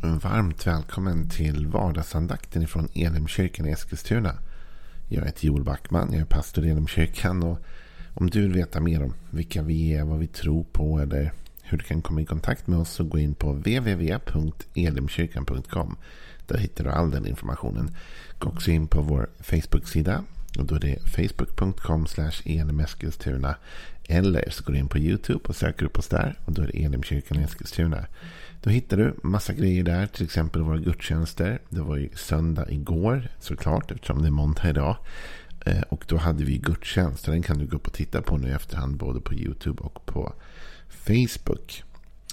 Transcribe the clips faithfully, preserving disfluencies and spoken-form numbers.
Varmt välkommen till vardagsandakten ifrån Elimkyrkan i Eskilstuna. Jag heter Joel Backman, jag är pastor i Elimkyrkan, och om du vill veta mer om vilka vi är, vad vi tror på eller hur du kan komma i kontakt med oss, så gå in på w w w punkt elimkyrkan punkt com. Där hittar du all den informationen. Gå också in på vår Facebook-sida, och då är det facebook punkt com slash elimeskilstuna, eller så går du in på YouTube och söker upp oss där, och då är det Elimkyrkan i Eskilstuna. Då hittar du massa grejer där, till exempel våra gudstjänster. Det var ju söndag igår såklart, eftersom det är måndag idag. Eh, och då hade vi gudstjänst, och den kan du gå upp och titta på nu i efterhand, både på YouTube och på Facebook.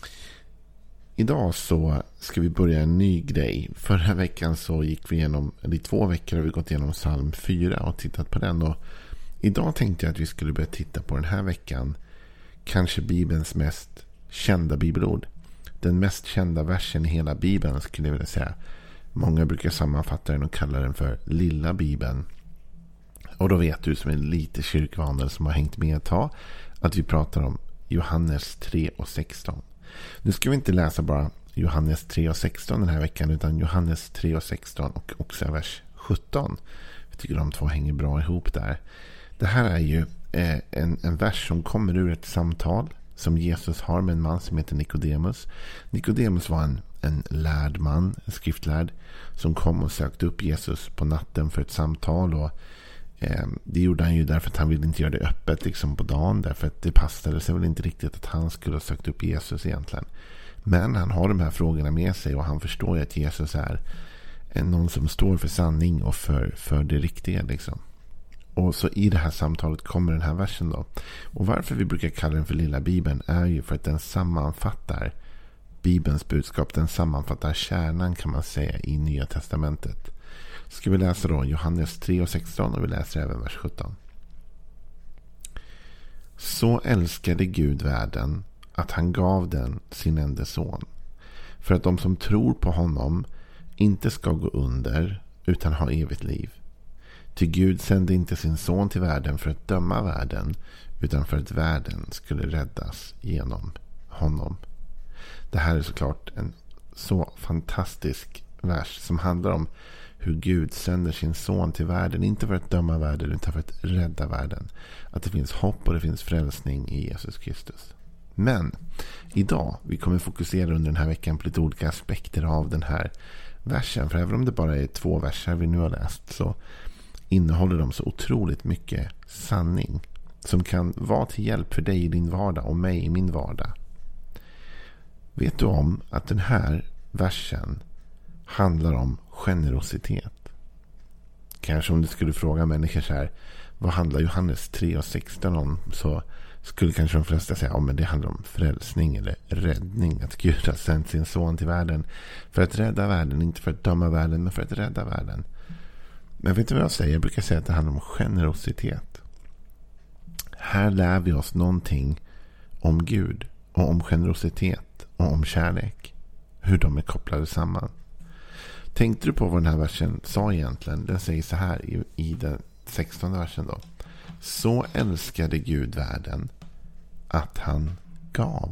Idag så ska vi börja en ny grej. Förra veckan så gick vi igenom, eller i två veckor har vi gått igenom psalm fyra och tittat på den. Och idag tänkte jag att vi skulle börja titta på den här veckan kanske Bibelns mest kända bibelord. Den mest kända versen i hela Bibeln skulle jag vilja säga. Många brukar sammanfatta den och kalla den för lilla Bibeln. Och då vet du som är lite kyrkvanlig som har hängt med ett tag att vi pratar om Johannes tre och sexton. Nu ska vi inte läsa bara Johannes tre och sexton den här veckan, utan Johannes tre och sexton och också vers sjutton. Jag tycker de två hänger bra ihop där. Det här är ju eh, en, en vers som kommer ur ett samtal som Jesus har med en man som heter Nikodemus. Nikodemus var en, en lärd man, en skriftlärd, som kom och sökte upp Jesus på natten för ett samtal. Och eh, det gjorde han ju därför att han ville inte göra det öppet liksom på dagen, därför att det passade sig väl inte riktigt att han skulle ha sökt upp Jesus egentligen. Men han har de här frågorna med sig, och han förstår ju att Jesus är någon som står för sanning och för, för det riktiga liksom. Och så i det här samtalet kommer den här versen då. Och varför vi brukar kalla den för lilla Bibeln är ju för att den sammanfattar Bibelns budskap. Den sammanfattar kärnan, kan man säga, i Nya Testamentet. Ska vi läsa då Johannes tre och sexton, och vi läser även vers sjutton. Så älskade Gud världen att han gav den sin enda son, för att de som tror på honom inte ska gå under utan ha evigt liv. Ty Gud sände inte sin son till världen för att döma världen, utan för att världen skulle räddas genom honom. Det här är såklart en så fantastisk vers som handlar om hur Gud sänder sin son till världen, inte för att döma världen utan för att rädda världen. Att det finns hopp och det finns frälsning i Jesus Kristus. Men idag, vi kommer fokusera under den här veckan på lite olika aspekter av den här versen. För även om det bara är två verser vi nu har läst, så innehåller de så otroligt mycket sanning som kan vara till hjälp för dig i din vardag och mig i min vardag. Vet du om att den här versen handlar om generositet? Kanske om du skulle fråga människor så här, vad handlar Johannes tre och sexton om? Så skulle kanske de flesta säga, ja men det handlar om frälsning eller räddning. Att Gud har sänt sin son till världen för att rädda världen, inte för att döma världen men för att rädda världen. Men vet du vad jag säger? Jag brukar säga att det handlar om generositet. Här lär vi oss någonting om Gud och om generositet och om kärlek. Hur de är kopplade samman. Tänkte du på vad den här versen sa egentligen? Den säger så här i, i den sextonde versen då. Så älskade Gud världen att han gav.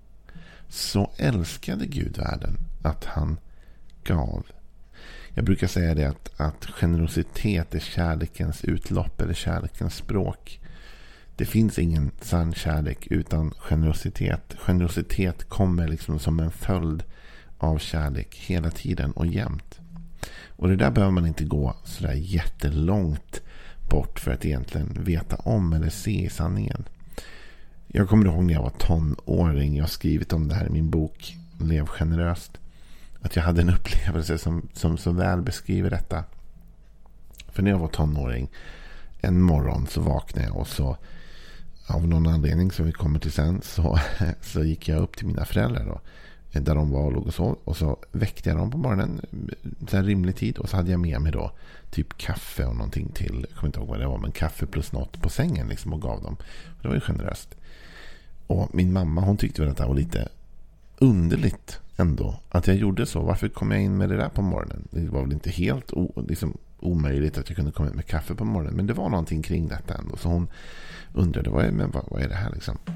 Så älskade Gud världen att han gav. Jag brukar säga det att, att generositet är kärlekens utlopp eller kärlekens språk. Det finns ingen sann kärlek utan generositet. Generositet kommer liksom som en följd av kärlek hela tiden och jämt. Och det där behöver man inte gå sådär jättelångt bort för att egentligen veta om eller se i sanningen. Jag kommer ihåg när jag var tonåring, jag har skrivit om det här i min bok Lev generöst, att jag hade en upplevelse som, som så väl beskriver detta. För när jag var tonåring, en morgon så vaknade jag och så av någon anledning som vi kommer till sen så, så gick jag upp till mina föräldrar då, där de var och låg och sov, och så väckte jag dem på morgonen så här rimlig tid, och så hade jag med mig då typ kaffe och någonting till, jag kommer inte ihåg vad det var, men kaffe plus något på sängen liksom, och gav dem. Det var ju generöst. Och min mamma, hon tyckte väl att det var lite underligt ändå att jag gjorde så. Varför kom jag in med det där på morgonen? Det var väl inte helt o, liksom, omöjligt att jag kunde komma in med kaffe på morgonen, men det var någonting kring detta ändå. Så hon undrade, vad är, men vad, vad är det här liksom?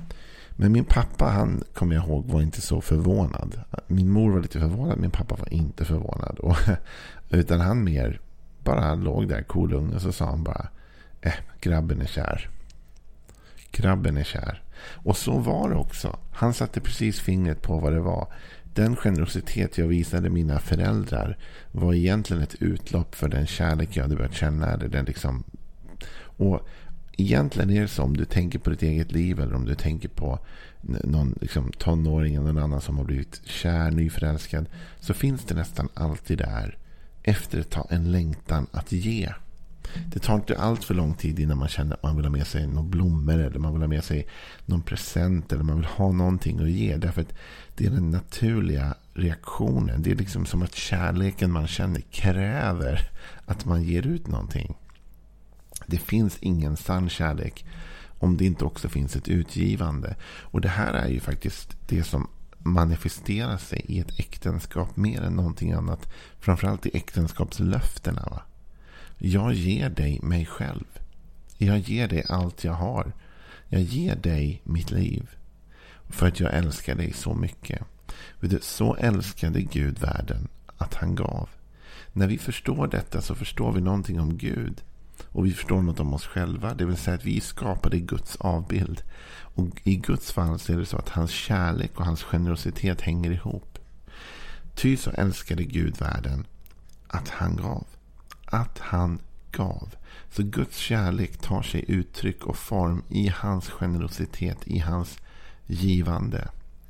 Men min pappa, han kommer jag ihåg, var inte så förvånad. Min mor var lite förvånad, min pappa var inte förvånad. Och, utan han mer bara låg där kolugn och så sa han bara, eh, grabben är kär. Grabben är kär. Och så var det också. Han satte precis fingret på vad det var. Den generositet jag visade mina föräldrar var egentligen ett utlopp för den kärlek jag hade börjat känna. Den liksom, och egentligen är det så, om du tänker på ditt eget liv eller om du tänker på någon liksom, tonåring eller någon annan som har blivit kär, nyförälskad, så finns det nästan alltid där efter ett tag en längtan att ge. Det tar inte allt för lång tid innan man känner att man vill ha med sig några blommor eller man vill ha med sig någon present eller man vill ha någonting att ge. Därför att det är den naturliga reaktionen. Det är liksom som att kärleken man känner kräver att man ger ut någonting. Det finns ingen sann kärlek om det inte också finns ett utgivande. Och det här är ju faktiskt det som manifesterar sig i ett äktenskap mer än någonting annat. Framförallt i äktenskapslöftena, va? Jag ger dig mig själv. Jag ger dig allt jag har. Jag ger dig mitt liv. För att jag älskar dig så mycket. Så älskade Gud världen att han gav. När vi förstår detta så förstår vi någonting om Gud. Och vi förstår något om oss själva. Det vill säga att vi skapade i Guds avbild. Och i Guds fall så är det så att hans kärlek och hans generositet hänger ihop. Ty så älskade Gud världen att han gav. Att han gav. Så Guds kärlek tar sig uttryck och form i hans generositet, i hans givande.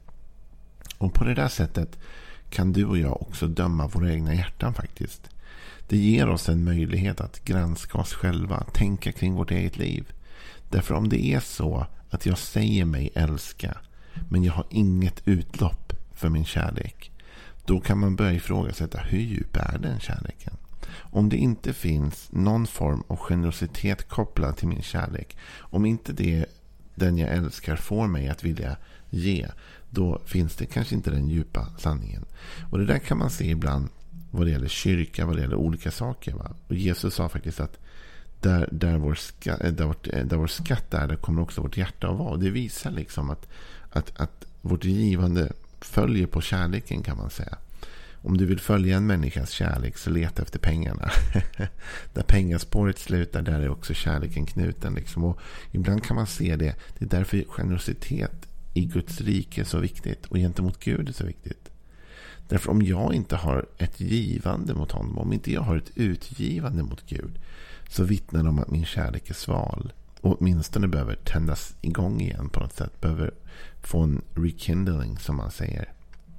Och på det där sättet kan du och jag också döma våra egna hjärtan faktiskt. Det ger oss en möjlighet att granska oss själva, tänka kring vårt eget liv. Därför om det är så att jag säger mig älska, men jag har inget utlopp för min kärlek, då kan man börja ifrågasätta hur djup är den kärleken. Om det inte finns någon form av generositet kopplad till min kärlek, om inte det den jag älskar får mig att vilja ge, då finns det kanske inte den djupa sanningen. Och det där kan man se ibland vad det gäller kyrka, vad det gäller olika saker. Va? Och Jesus sa faktiskt att där, där, vår ska, där, vårt, där vår skatt är, där kommer också vårt hjärta att vara. Och det visar liksom att, att, att vårt givande följer på kärleken, kan man säga. Om du vill följa en människas kärlek så leta efter pengarna. Där pengaspåret slutar, där är också kärleken knuten. Liksom. Och ibland kan man se det. Det är därför generositet i Guds rike är så viktigt. Och gentemot Gud är så viktigt. Därför om jag inte har ett givande mot honom, om inte jag har ett utgivande mot Gud, så vittnar det om att min kärlek är sval. Och åtminstone behöver tändas igång igen på något sätt. Behöver få en rekindling, som man säger.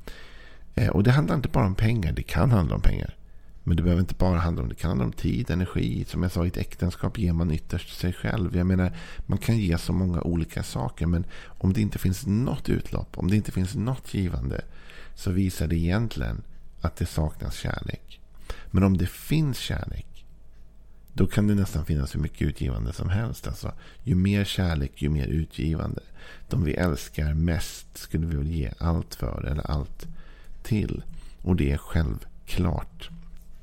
Och det handlar inte bara om pengar. Det kan handla om pengar. Men det behöver inte bara handla om det. Det kan handla om tid, energi. Som jag sa, i ett äktenskap ger man ytterst sig själv. Jag menar, man kan ge så många olika saker. Men om det inte finns något utlopp, om det inte finns något givande, så visar det egentligen att det saknas kärlek. Men om det finns kärlek, då kan det nästan finnas hur mycket utgivande som helst. Alltså, ju mer kärlek, ju mer utgivande. De vi älskar mest skulle vi väl ge allt för, eller allt till. Och det är självklart.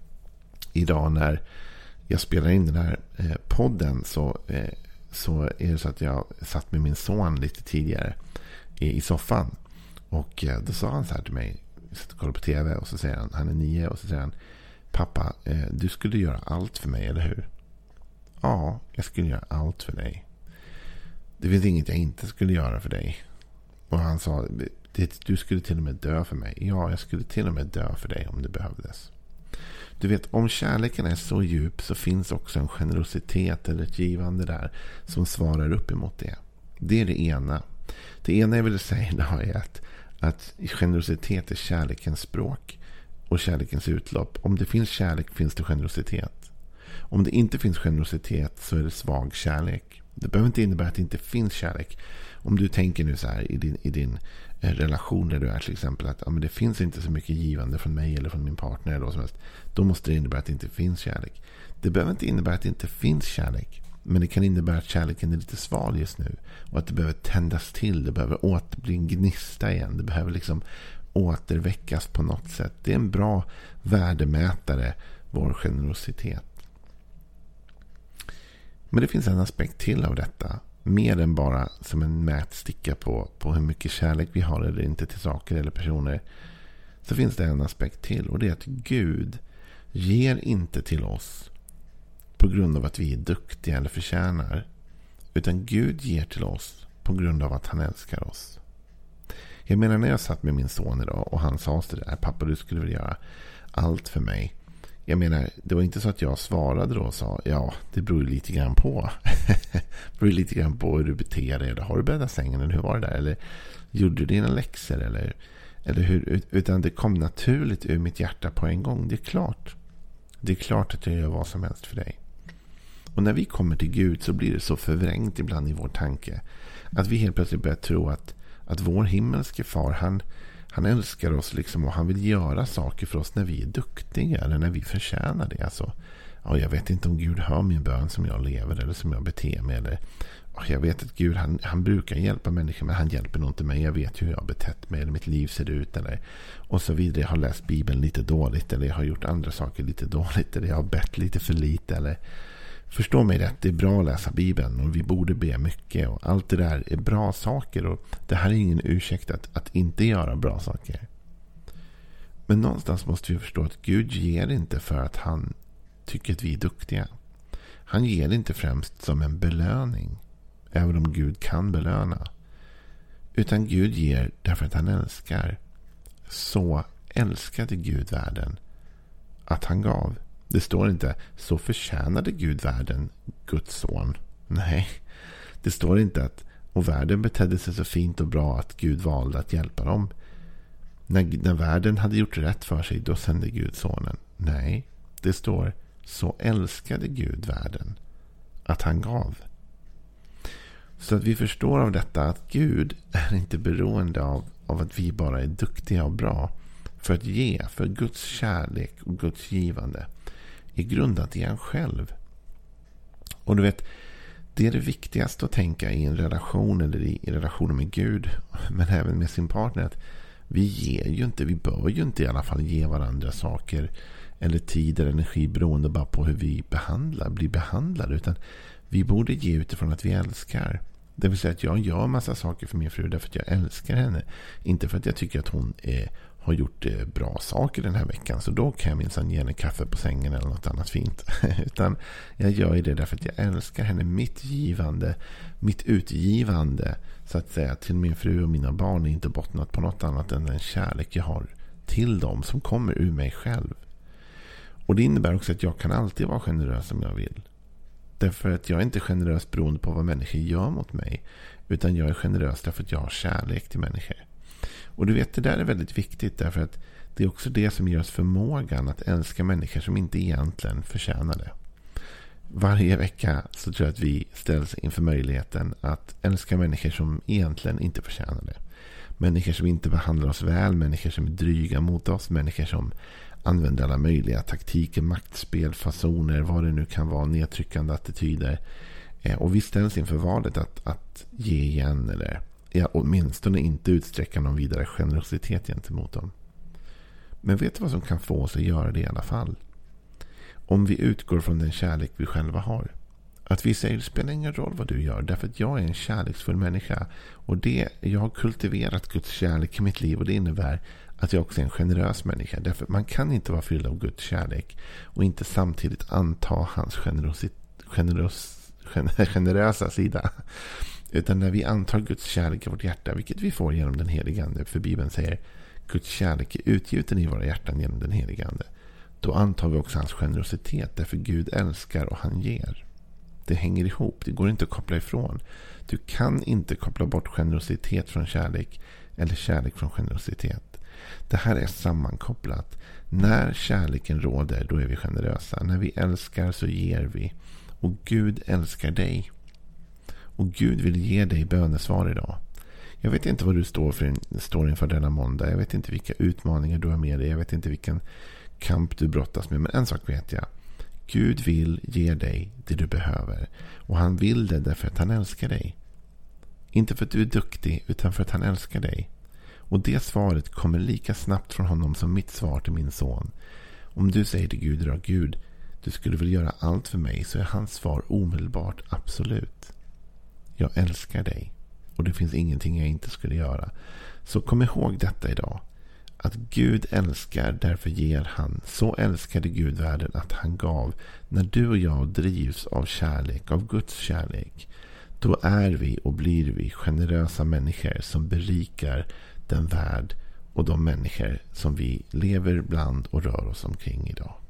Idag när jag spelar in den här eh, podden så, eh, så är det så att jag satt med min son lite tidigare i, i soffan. Och eh, då sa han så här till mig. Jag satt och kollade på tv och så säger han, han är nio, och så säger han: pappa, eh, du skulle göra allt för mig, eller hur? Ja, jag skulle göra allt för dig. Det finns inget jag inte skulle göra för dig. Och han sa: det, du skulle till och med dö för mig. Ja, jag skulle till och med dö för dig om det behövdes. Du vet, om kärleken är så djup så finns också en generositet eller ett givande där som svarar upp emot det. Det är det ena. Det ena jag vill säga idag är att, att generositet är kärlekens språk och kärlekens utlopp. Om det finns kärlek finns det generositet. Om det inte finns generositet så är det svag kärlek. Det behöver inte innebära att det inte finns kärlek. Om du tänker nu så här i din, i din relation där du är till exempel att ja, men det finns inte så mycket givande från mig eller från min partner eller vad som helst, då måste det innebära att det inte finns kärlek. Det behöver inte innebära att det inte finns kärlek, men det kan innebära att kärleken är lite sval just nu och att det behöver tändas till, det behöver åter bli en gnista igen, det behöver liksom återväckas på något sätt. Det är en bra värdemätare, vår generositet. Men det finns en aspekt till av detta, mer än bara som en mätsticka på, på hur mycket kärlek vi har eller inte till saker eller personer, så finns det en aspekt till, och det är att Gud ger inte till oss på grund av att vi är duktiga eller förtjänar, utan Gud ger till oss på grund av att han älskar oss. Jag menar, när jag satt med min son idag och han sa så där: pappa, du skulle väl göra allt för mig. Jag menar, det var inte så att jag svarade då och sa ja, det beror lite grann på. Det beror lite grann på hur du beter dig. Eller har du bäddat sängen? Eller hur var det där? Eller gjorde du dina läxor? Eller, eller hur? Utan det kom naturligt ur mitt hjärta på en gång. Det är klart. Det är klart att jag gör vad som helst för dig. Och när vi kommer till Gud så blir det så förvrängt ibland i vår tanke att vi helt plötsligt börjar tro att, att vår himmelske far, han, han älskar oss liksom, och han vill göra saker för oss när vi är duktiga eller när vi förtjänar det. Alltså, ja, jag vet inte om Gud hör min bön som jag lever eller som jag beter mig. Eller, ja, jag vet att Gud, han, han brukar hjälpa människor, men han hjälper nog inte mig. Jag vet hur jag har betett mig eller mitt liv ser ut. Eller, och så vidare. Jag har läst Bibeln lite dåligt, eller jag har gjort andra saker lite dåligt, eller jag har bett lite för lite. Eller, förstå mig rätt, det är bra att läsa Bibeln och vi borde be mycket. Och allt det där är bra saker, och det här är ingen ursäkt att, att inte göra bra saker. Men någonstans måste vi förstå att Gud ger inte för att han tycker att vi är duktiga. Han ger inte främst som en belöning, även om Gud kan belöna. Utan Gud ger därför att han älskar. Så älskade Gud världen att han gav. Det står inte så förtjänade Gud världen, Guds son. Nej, det står inte att och världen betedde sig så fint och bra att Gud valde att hjälpa dem. När, när världen hade gjort rätt för sig, då sände Gud sonen. Nej, det står så älskade Gud världen att han gav. Så att vi förstår av detta att Gud är inte beroende av, av att vi bara är duktiga och bra för att ge, för Guds kärlek och Guds givande är grundat i en själv. Och du vet, det är det viktigaste att tänka i en relation eller i, i relationen med Gud, men även med sin partner, att vi ger ju inte, vi bör ju inte i alla fall ge varandra saker eller tid eller energi beroende bara på hur vi behandlar, blir behandlade, utan vi borde ge utifrån att vi älskar. Det vill säga att jag gör massa saker för min fru därför att jag älskar henne, inte för att jag tycker att hon är har gjort bra saker den här veckan, så då kan jag minsann ge henne kaffe på sängen eller något annat fint. Utan jag gör det därför att jag älskar henne, mitt givande, mitt utgivande så att säga till min fru och mina barn är inte bottnat på något annat än den kärlek jag har till dem som kommer ur mig själv. Och det innebär också att jag kan alltid vara generös om jag vill. Därför att jag är inte generös beroende på vad människor gör mot mig, utan jag är generös därför att jag har kärlek till människor. Och du vet, det där är väldigt viktigt därför att det är också det som ger oss förmågan att älska människor som inte egentligen förtjänar det. Varje vecka så tror jag att vi ställs inför möjligheten att älska människor som egentligen inte förtjänar det. Människor som inte behandlar oss väl, människor som är dryga mot oss, människor som använder alla möjliga taktiker, maktspel, fasoner, vad det nu kan vara, nedtryckande attityder. Och vi ställs inför valet att, att ge igen eller ja, åtminstone inte utsträcka någon vidare generositet gentemot dem. Men vet du vad som kan få oss att göra det i alla fall? Om vi utgår från den kärlek vi själva har. Att vi säger, det spelar ingen roll vad du gör, därför att jag är en kärleksfull människa. Och det, jag har kultiverat Guds kärlek i mitt liv, och det innebär att jag också är en generös människa. Därför man kan inte vara fylld av Guds kärlek och inte samtidigt anta hans generosit, generös, generösa sida. Utan när vi antar Guds kärlek i vårt hjärta, vilket vi får genom den helige Ande, för Bibeln säger Guds kärlek är utgjuten i våra hjärtan genom den helige Ande, då antar vi också hans generositet, därför Gud älskar och han ger. Det hänger ihop, det går inte att koppla ifrån. Du kan inte koppla bort generositet från kärlek eller kärlek från generositet. Det här är sammankopplat. När kärleken råder, då är vi generösa. När vi älskar så ger vi. Och Gud älskar dig. Och Gud vill ge dig bönesvar idag. Jag vet inte vad du står, för, står inför denna måndag. Jag vet inte vilka utmaningar du har med dig. Jag vet inte vilken kamp du brottas med. Men en sak vet jag. Gud vill ge dig det du behöver. Och han vill det därför att han älskar dig. Inte för att du är duktig, utan för att han älskar dig. Och det svaret kommer lika snabbt från honom som mitt svar till min son. Om du säger till Gud, då, Gud, du skulle väl göra allt för mig, så är hans svar omedelbart absolut. Jag älskar dig. Och det finns ingenting jag inte skulle göra. Så kom ihåg detta idag. Att Gud älskar, därför ger han. Så älskade Gud världen att han gav. När du och jag drivs av kärlek, av Guds kärlek, då är vi och blir vi generösa människor som berikar den värld och de människor som vi lever bland och rör oss omkring idag.